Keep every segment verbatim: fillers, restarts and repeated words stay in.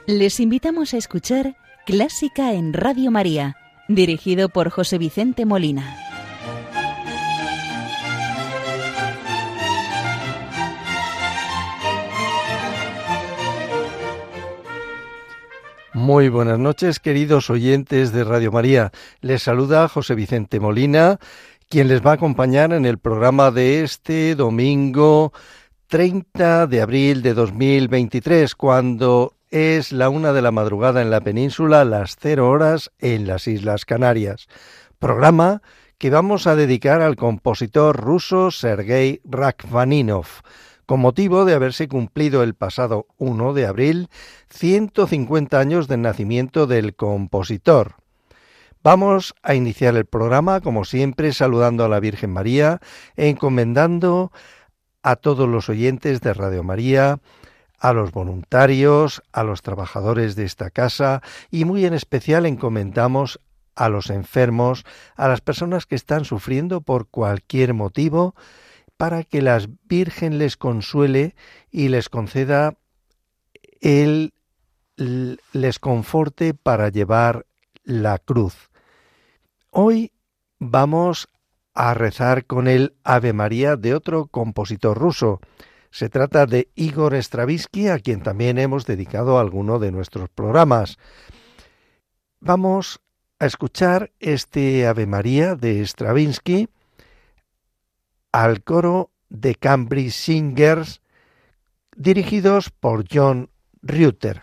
Les invitamos a escuchar Clásica en Radio María, dirigido por José Vicente Molina. Muy buenas noches, queridos oyentes de Radio María. Les saluda José Vicente Molina, quien les va a acompañar en el programa de este domingo treinta de abril de dos mil veintitrés, cuando es la una de la madrugada en la península, las cero horas en las Islas Canarias. Programa que vamos a dedicar al compositor ruso Sergei Rachmaninov, con motivo de haberse cumplido el pasado uno de abril ciento cincuenta años del nacimiento del compositor. Vamos a iniciar el programa, como siempre, saludando a la Virgen María, encomendando a todos los oyentes de Radio María, a los voluntarios, a los trabajadores de esta casa y muy en especial encomendamos a los enfermos, a las personas que están sufriendo por cualquier motivo, para que la Virgen les consuele y les conceda el les conforte para llevar la cruz. Hoy vamos a rezar con el Ave María de otro compositor ruso. Se trata de Igor Stravinsky, a quien también hemos dedicado alguno de nuestros programas. Vamos a escuchar este Ave María de Stravinsky al coro de Cambridge Singers, dirigidos por John Rutter.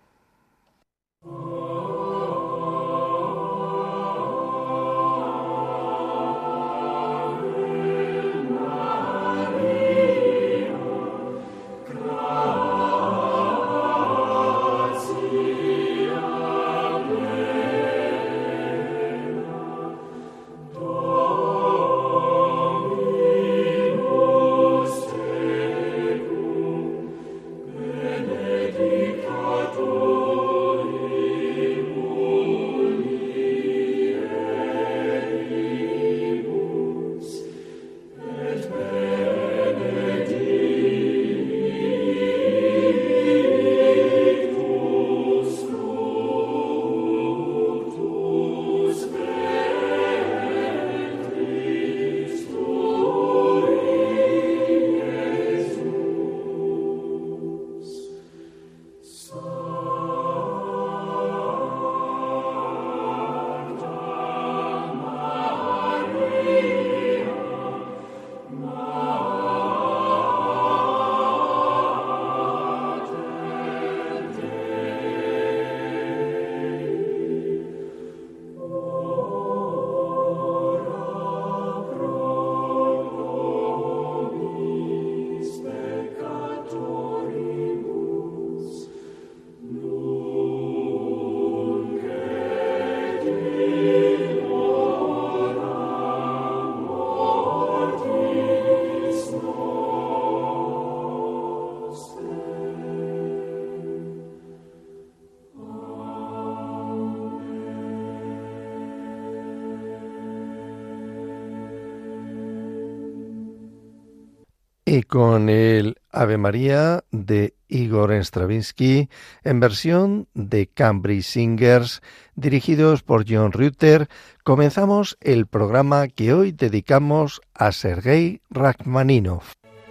Y con el Ave María de Igor Stravinsky en versión de Cambridge Singers, dirigidos por John Rutter, comenzamos el programa que hoy dedicamos a Sergei Rachmaninov.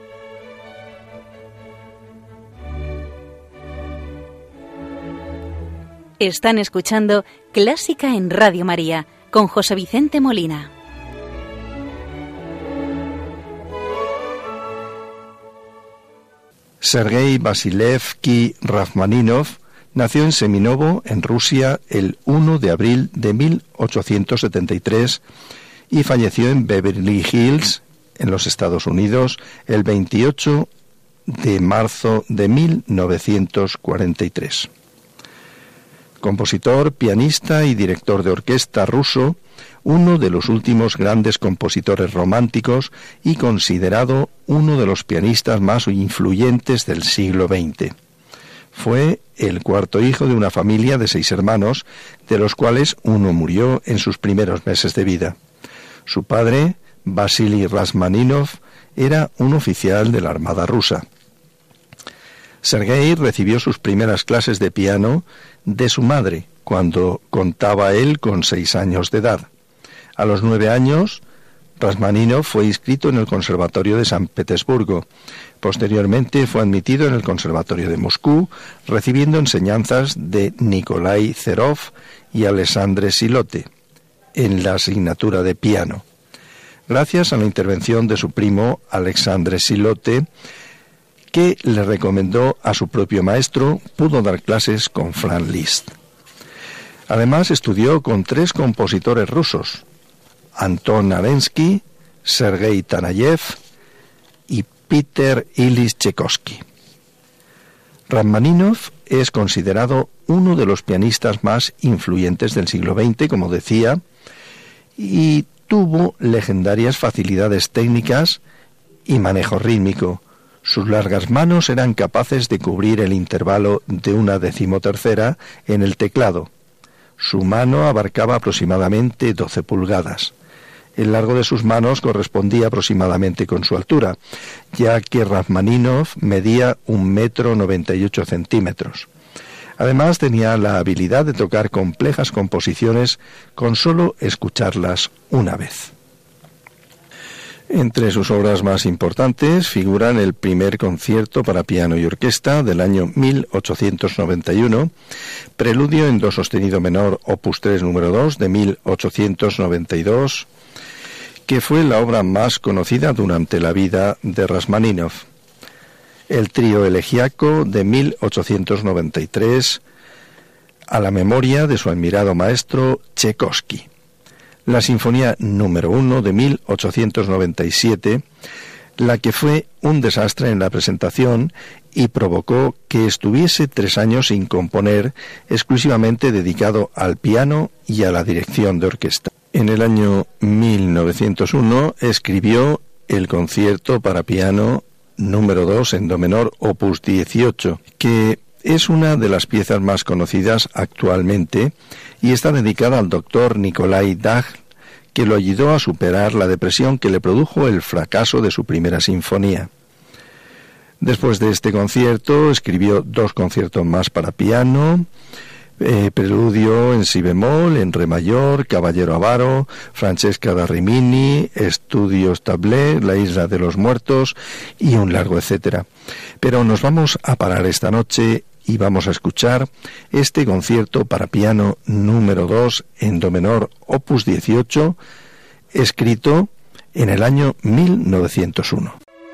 Están escuchando Clásica en Radio María con José Vicente Molina. Sergei Vasilievski Rachmaninov nació en Seminovo, en Rusia, el uno de abril de mil ochocientos setenta y tres y falleció en Beverly Hills, en los Estados Unidos, el veintiocho de marzo de mil novecientos cuarenta y tres. Compositor, pianista y director de orquesta ruso, uno de los últimos grandes compositores románticos y considerado uno de los pianistas más influyentes del siglo veinte. Fue el cuarto hijo de una familia de seis hermanos, de los cuales uno murió en sus primeros meses de vida. Su padre, Vasily Rachmaninov, era un oficial de la Armada rusa. Sergei recibió sus primeras clases de piano de su madre, cuando contaba él con seis años de edad. A los nueve años, Rachmaninoff fue inscrito en el Conservatorio de San Petersburgo. Posteriormente fue admitido en el Conservatorio de Moscú, recibiendo enseñanzas de Nikolai Zerov y Alexandre Silote en la asignatura de piano. Gracias a la intervención de su primo Alexandre Silote, que le recomendó a su propio maestro, pudo dar clases con Franz Liszt. Además, estudió con tres compositores rusos, Anton Arensky, Sergei Tanayev y Peter Ilyich Tchaikovsky. Rachmaninoff es considerado uno de los pianistas más influyentes del siglo veinte, como decía, y tuvo legendarias facilidades técnicas y manejo rítmico. Sus largas manos eran capaces de cubrir el intervalo de una decimotercera en el teclado. Su mano abarcaba aproximadamente doce pulgadas. El largo de sus manos correspondía aproximadamente con su altura, ya que Rachmaninoff medía un metro noventa y ocho centímetros. Además, tenía la habilidad de tocar complejas composiciones con solo escucharlas una vez. Entre sus obras más importantes figuran el primer concierto para piano y orquesta del año mil ochocientos noventa y uno, Preludio en do sostenido menor opus tres número dos de mil ochocientos noventa y dos, que fue la obra más conocida durante la vida de Rachmaninoff. El trío elegíaco de mil ochocientos noventa y tres, a la memoria de su admirado maestro Tchaikovsky. La Sinfonía número uno de mil ochocientos noventa y siete, la que fue un desastre en la presentación y provocó que estuviese tres años sin componer, exclusivamente dedicado al piano y a la dirección de orquesta. En el año mil novecientos uno escribió el concierto para piano número dos en do menor opus dieciocho, que es una de las piezas más conocidas actualmente y está dedicada al doctor Nikolai Dagl, que lo ayudó a superar la depresión que le produjo el fracaso de su primera sinfonía. Después de este concierto escribió dos conciertos más para piano, eh, Preludio en si bemol, en re mayor, Caballero Avaro, Francesca da Rimini, Estudios Tablet, La isla de los muertos y un largo etcétera. Pero nos vamos a parar esta noche y vamos a escuchar este concierto para piano número dos en do menor opus dieciocho, escrito en el año mil novecientos uno.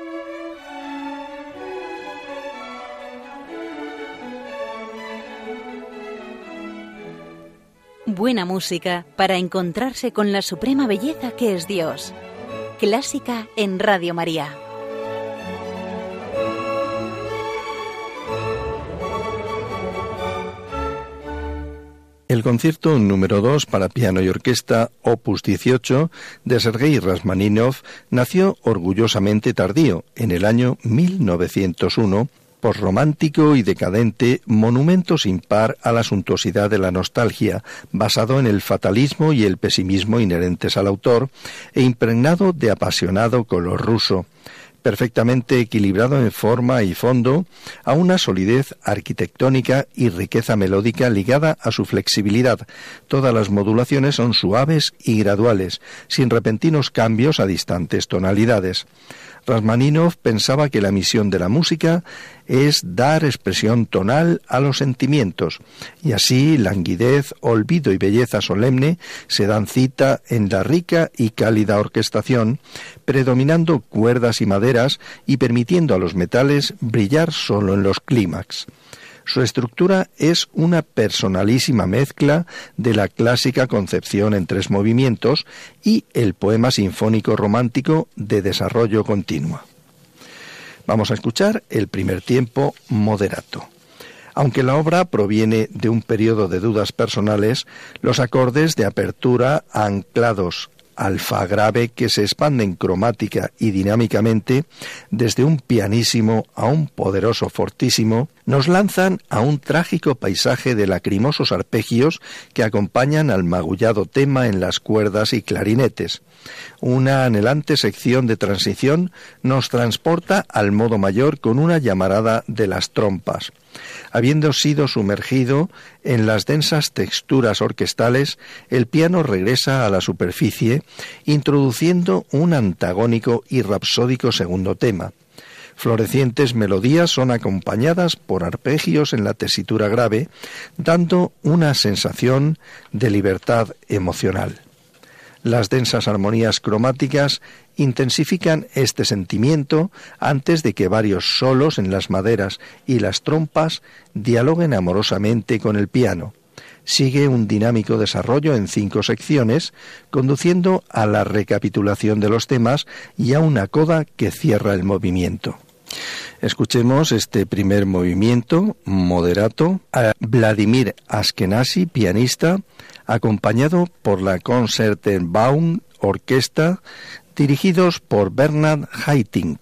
Buena música para encontrarse con la suprema belleza que es Dios. Clásica en Radio María. El concierto número dos para piano y orquesta, opus dieciocho, de Sergei Rachmaninoff, nació orgullosamente tardío, en el año mil novecientos uno, posromántico y decadente, monumento sin par a la suntuosidad de la nostalgia, basado en el fatalismo y el pesimismo inherentes al autor, e impregnado de apasionado color ruso, perfectamente equilibrado en forma y fondo, a una solidez arquitectónica y riqueza melódica ligada a su flexibilidad. Todas las modulaciones son suaves y graduales, sin repentinos cambios a distantes tonalidades. Rachmaninoff pensaba que la misión de la música es dar expresión tonal a los sentimientos, y así languidez, olvido y belleza solemne se dan cita en la rica y cálida orquestación, predominando cuerdas y maderas y permitiendo a los metales brillar solo en los clímax. Su estructura es una personalísima mezcla de la clásica concepción en tres movimientos y el poema sinfónico romántico de desarrollo continuo. Vamos a escuchar el primer tiempo moderato. Aunque la obra proviene de un periodo de dudas personales, los acordes de apertura anclados alfa grave que se expanden cromática y dinámicamente desde un pianísimo a un poderoso fortísimo, nos lanzan a un trágico paisaje de lacrimosos arpegios que acompañan al magullado tema en las cuerdas y clarinetes. Una anhelante sección de transición nos transporta al modo mayor con una llamarada de las trompas. Habiendo sido sumergido en las densas texturas orquestales, el piano regresa a la superficie, introduciendo un antagónico y rapsódico segundo tema. Florecientes melodías son acompañadas por arpegios en la tesitura grave, dando una sensación de libertad emocional. Las densas armonías cromáticas intensifican este sentimiento antes de que varios solos en las maderas y las trompas dialoguen amorosamente con el piano. Sigue un dinámico desarrollo en cinco secciones, conduciendo a la recapitulación de los temas y a una coda que cierra el movimiento. Escuchemos este primer movimiento, moderato, a Vladimir Ashkenazy, pianista, acompañado por la Concertenbaum Orquesta, dirigidos por Bernhard Haitink.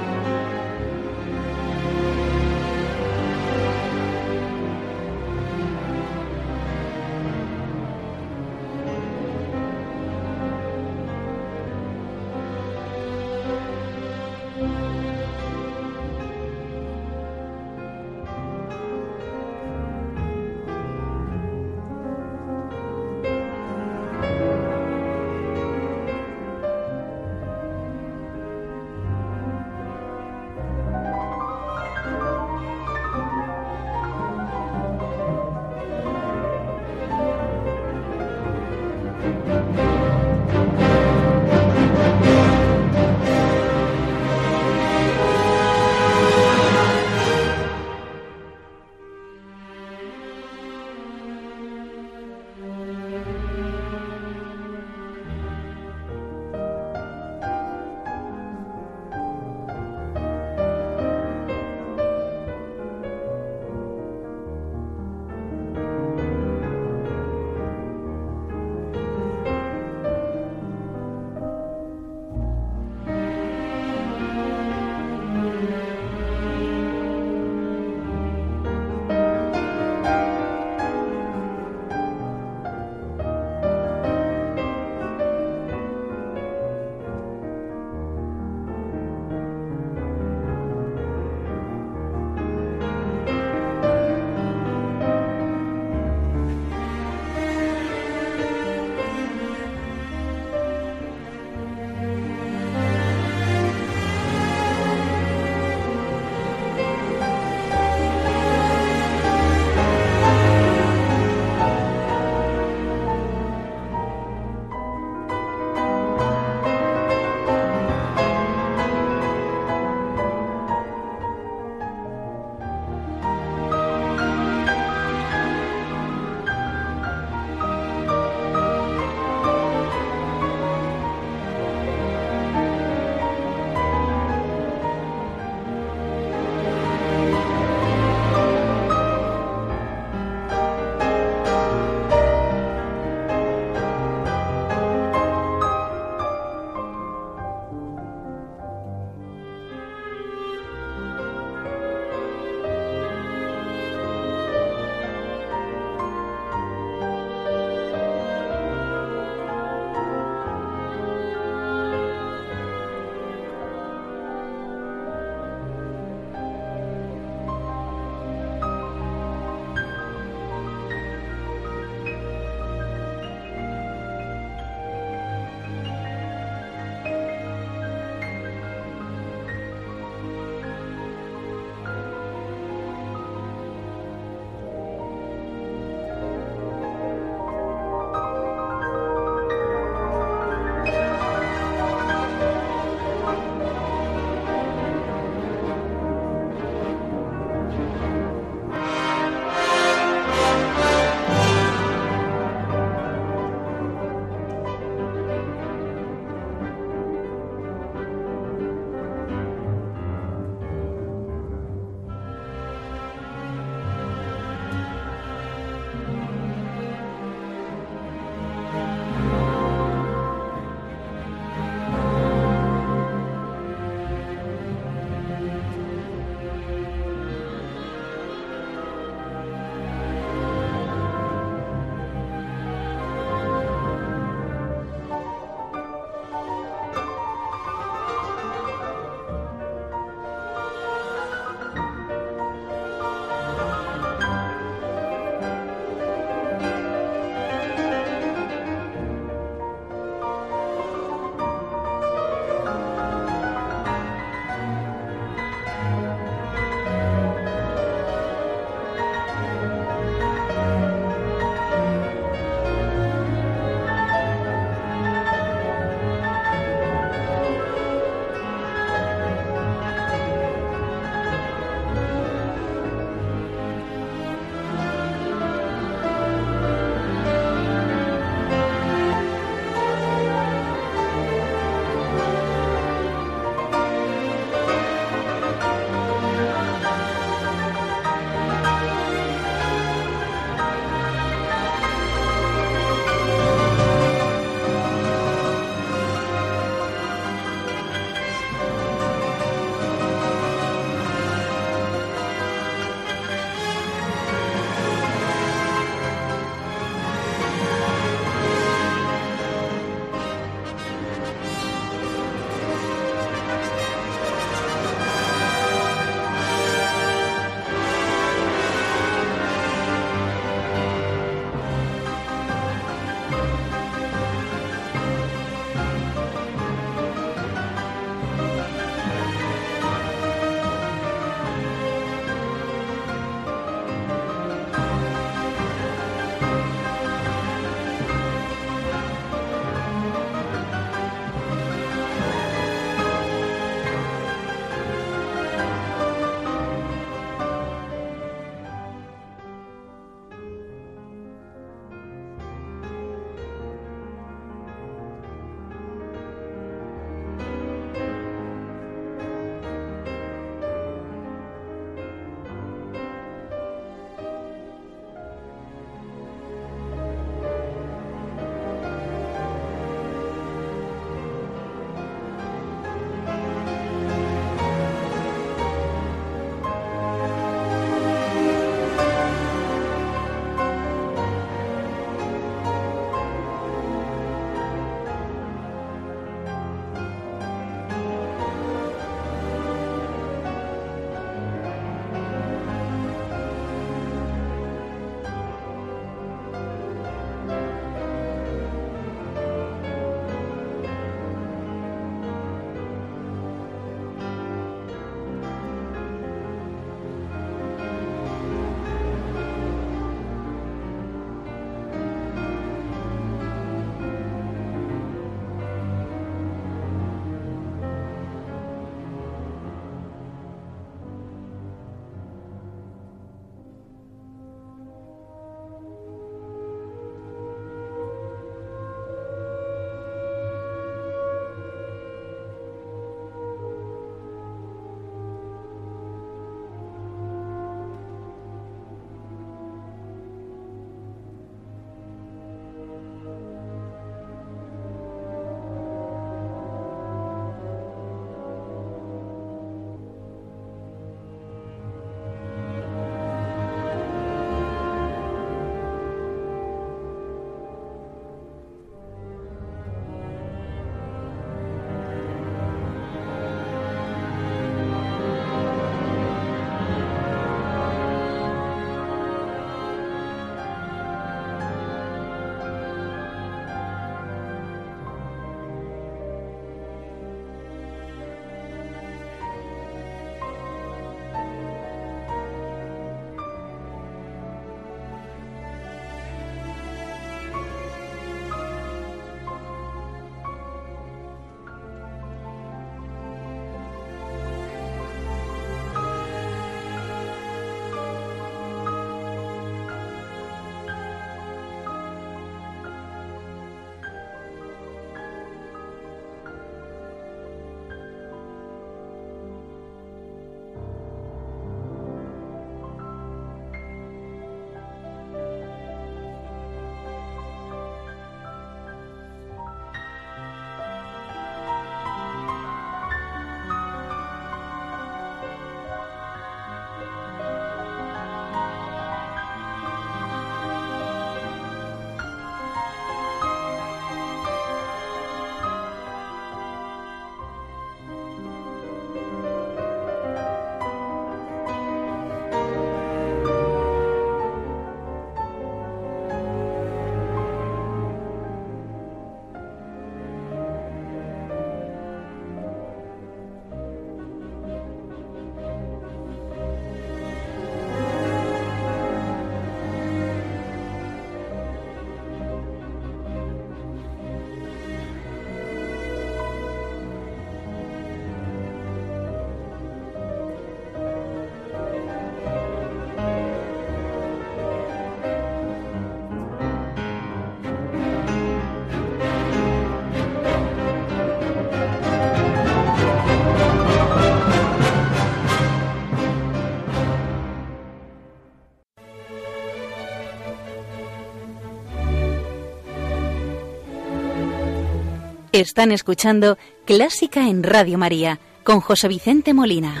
Están escuchando Clásica en Radio María con José Vicente Molina.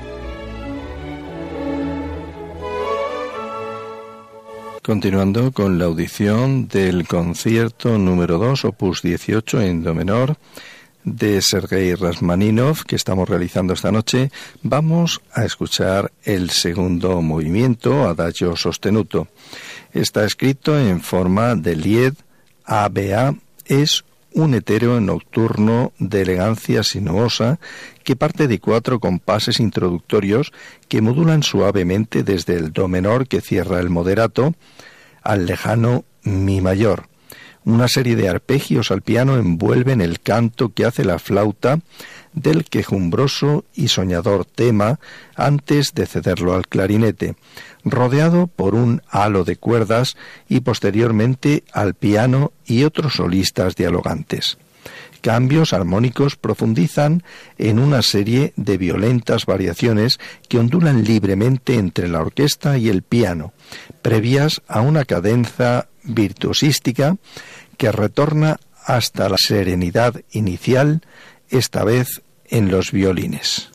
Continuando con la audición del concierto número dos, opus dieciocho en do menor, de Sergei Rachmaninoff, que estamos realizando esta noche, vamos a escuchar el segundo movimiento, Adagio sostenuto. Está escrito en forma de Lied A B A, es un etéreo nocturno de elegancia sinuosa que parte de cuatro compases introductorios que modulan suavemente desde el do menor que cierra el moderato al lejano mi mayor. Una serie de arpegios al piano envuelven el canto que hace la flauta del quejumbroso y soñador tema antes de cederlo al clarinete, rodeado por un halo de cuerdas y posteriormente al piano y otros solistas dialogantes. Cambios armónicos profundizan en una serie de violentas variaciones que ondulan libremente entre la orquesta y el piano, previas a una cadenza virtuosística que retorna hasta la serenidad inicial, esta vez en los violines.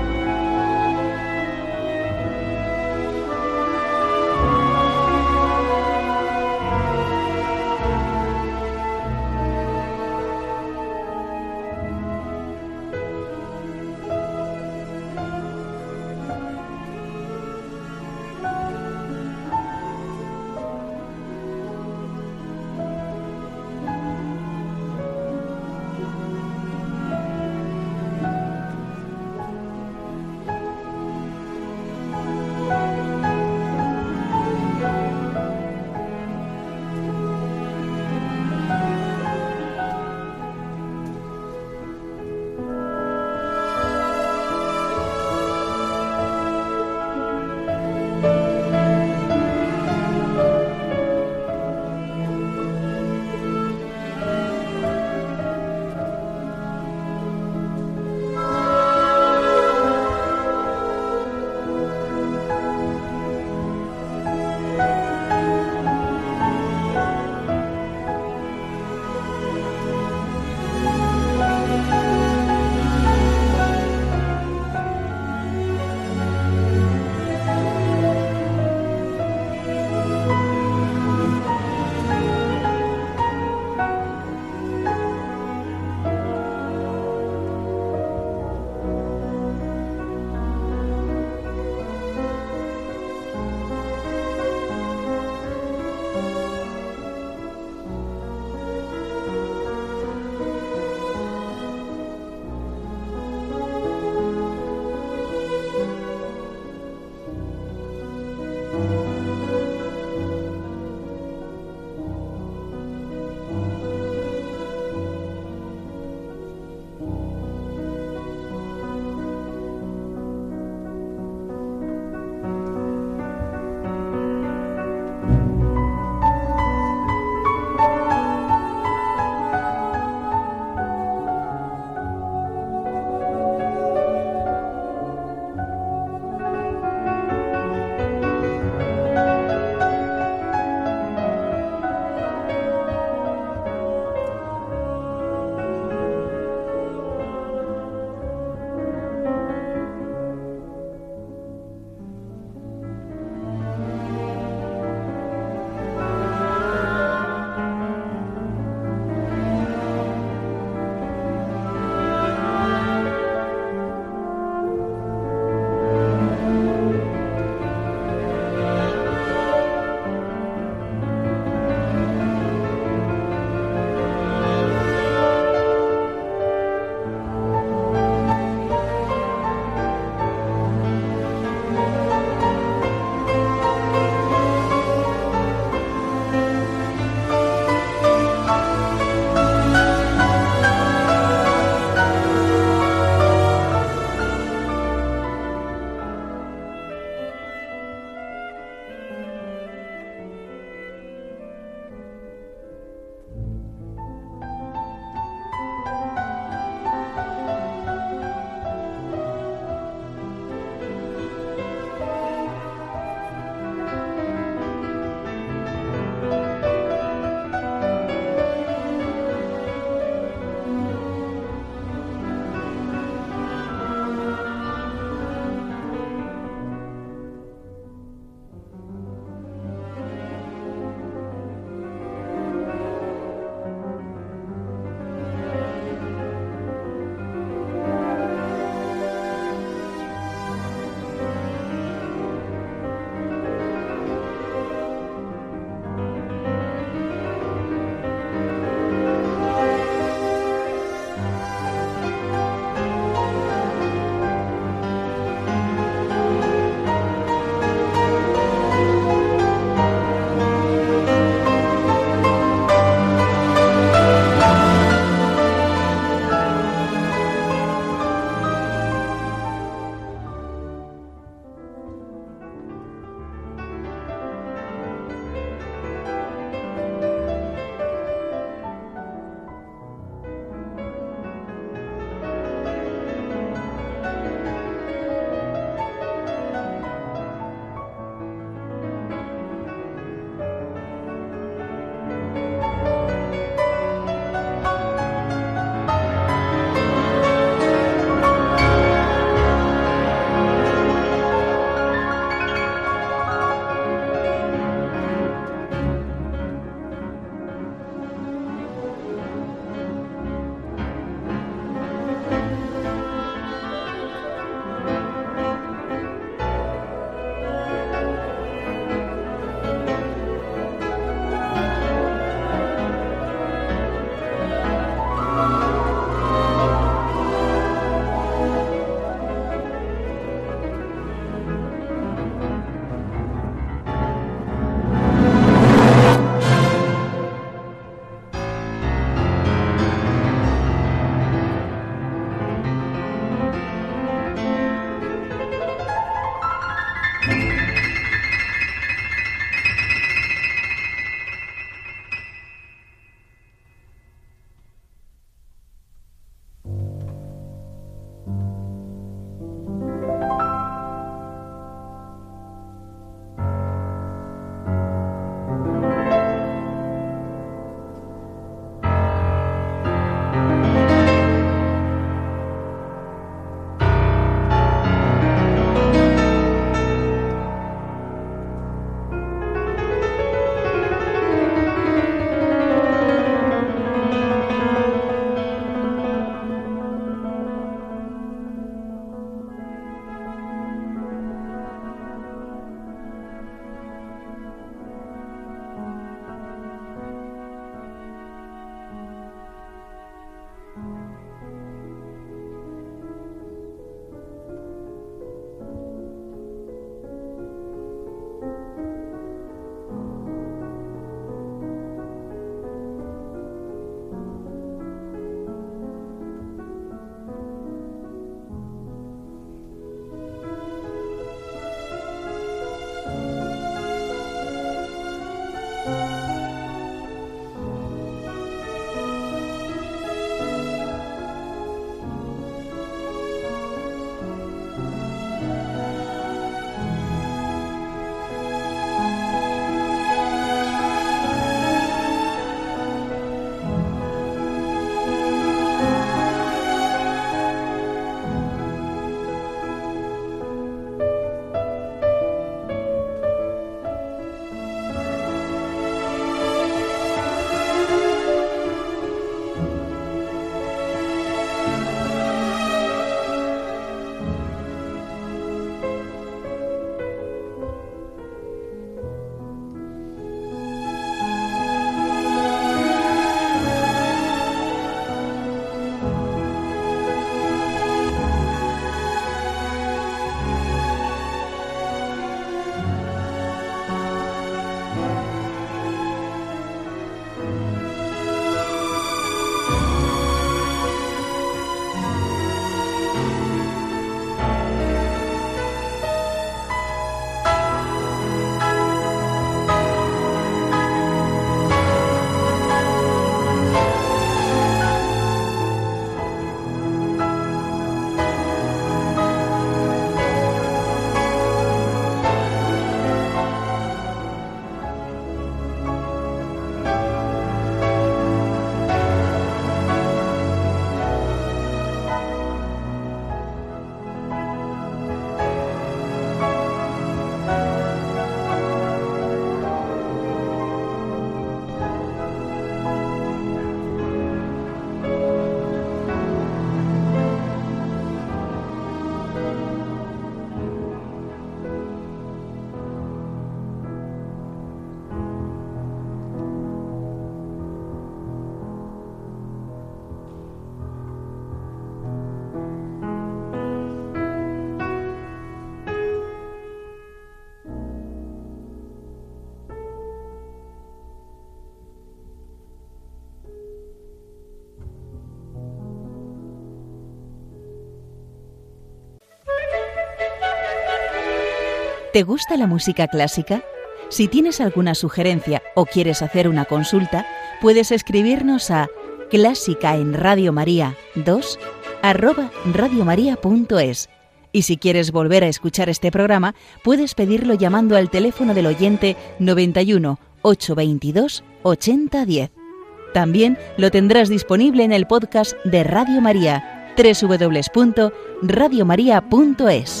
¿Te gusta la música clásica? Si tienes alguna sugerencia o quieres hacer una consulta, puedes escribirnos a clásica en Radio María dos arroba radiomaria.es. Y si quieres volver a escuchar este programa, puedes pedirlo llamando al teléfono del oyente noventa y uno, ochocientos veintidós, ochenta diez. También lo tendrás disponible en el podcast de Radio María, doble u doble u doble u punto radio maría punto es.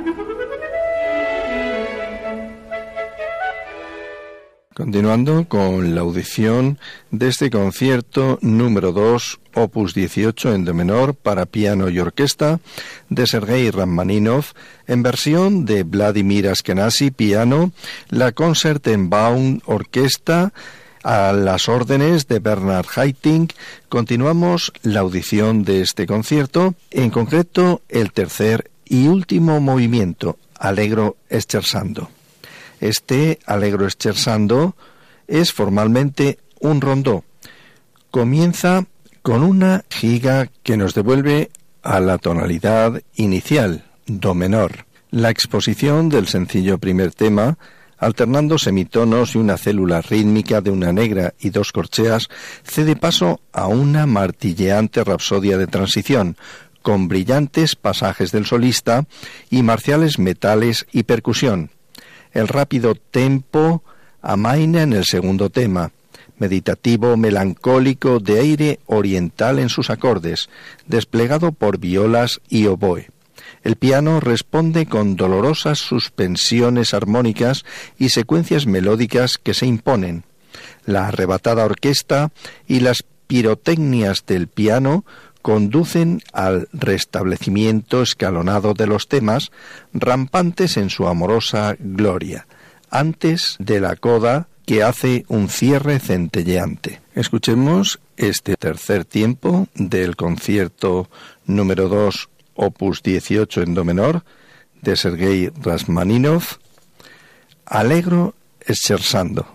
Continuando con la audición de este concierto número dos, opus dieciocho en do menor para piano y orquesta de Sergei Rachmaninoff, en versión de Vladimir Ashkenazy, piano, la Concertenbaum Orquesta, a las órdenes de Bernard Haitink. Continuamos la audición de este concierto, en concreto el tercer y último movimiento, Allegro scherzando. Este Allegro scherzando es formalmente un rondó. Comienza con una giga que nos devuelve a la tonalidad inicial, do menor. La exposición del sencillo primer tema, alternando semitonos y una célula rítmica de una negra y dos corcheas, cede paso a una martilleante rapsodia de transición, con brillantes pasajes del solista y marciales metales y percusión. El rápido tempo amaina en el segundo tema, meditativo, melancólico, de aire oriental en sus acordes, desplegado por violas y oboe. El piano responde con dolorosas suspensiones armónicas y secuencias melódicas que se imponen. La arrebatada orquesta y las pirotecnias del piano conducen al restablecimiento escalonado de los temas, rampantes en su amorosa gloria, antes de la coda que hace un cierre centelleante. Escuchemos este tercer tiempo del concierto número dos, opus dieciocho en do menor, de Sergei Rachmaninoff, Allegro scherzando.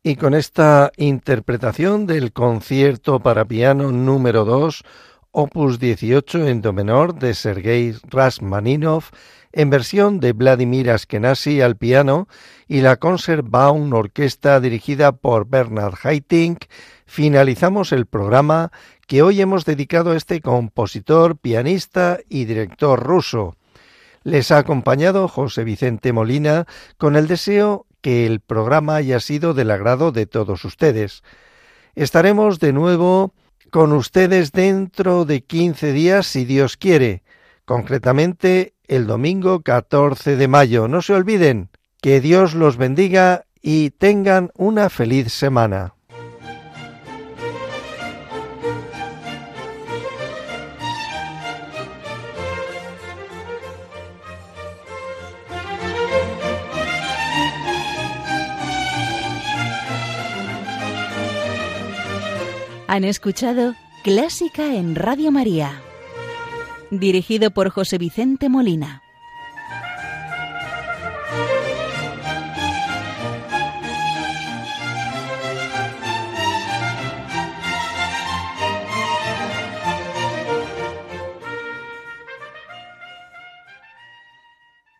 Y con esta interpretación del concierto para piano número dos, opus dieciocho en do menor de Sergei Rachmaninoff, en versión de Vladimir Ashkenazy al piano y la Concertbaum Orquesta dirigida por Bernard Haitink, finalizamos el programa que hoy hemos dedicado a este compositor, pianista y director ruso. Les ha acompañado José Vicente Molina con el deseo que el programa haya sido del agrado de todos ustedes. Estaremos de nuevo con ustedes dentro de quince días, si Dios quiere, concretamente el domingo catorce de mayo. No se olviden, que Dios los bendiga y tengan una feliz semana. Han escuchado Clásica en Radio María, dirigido por José Vicente Molina.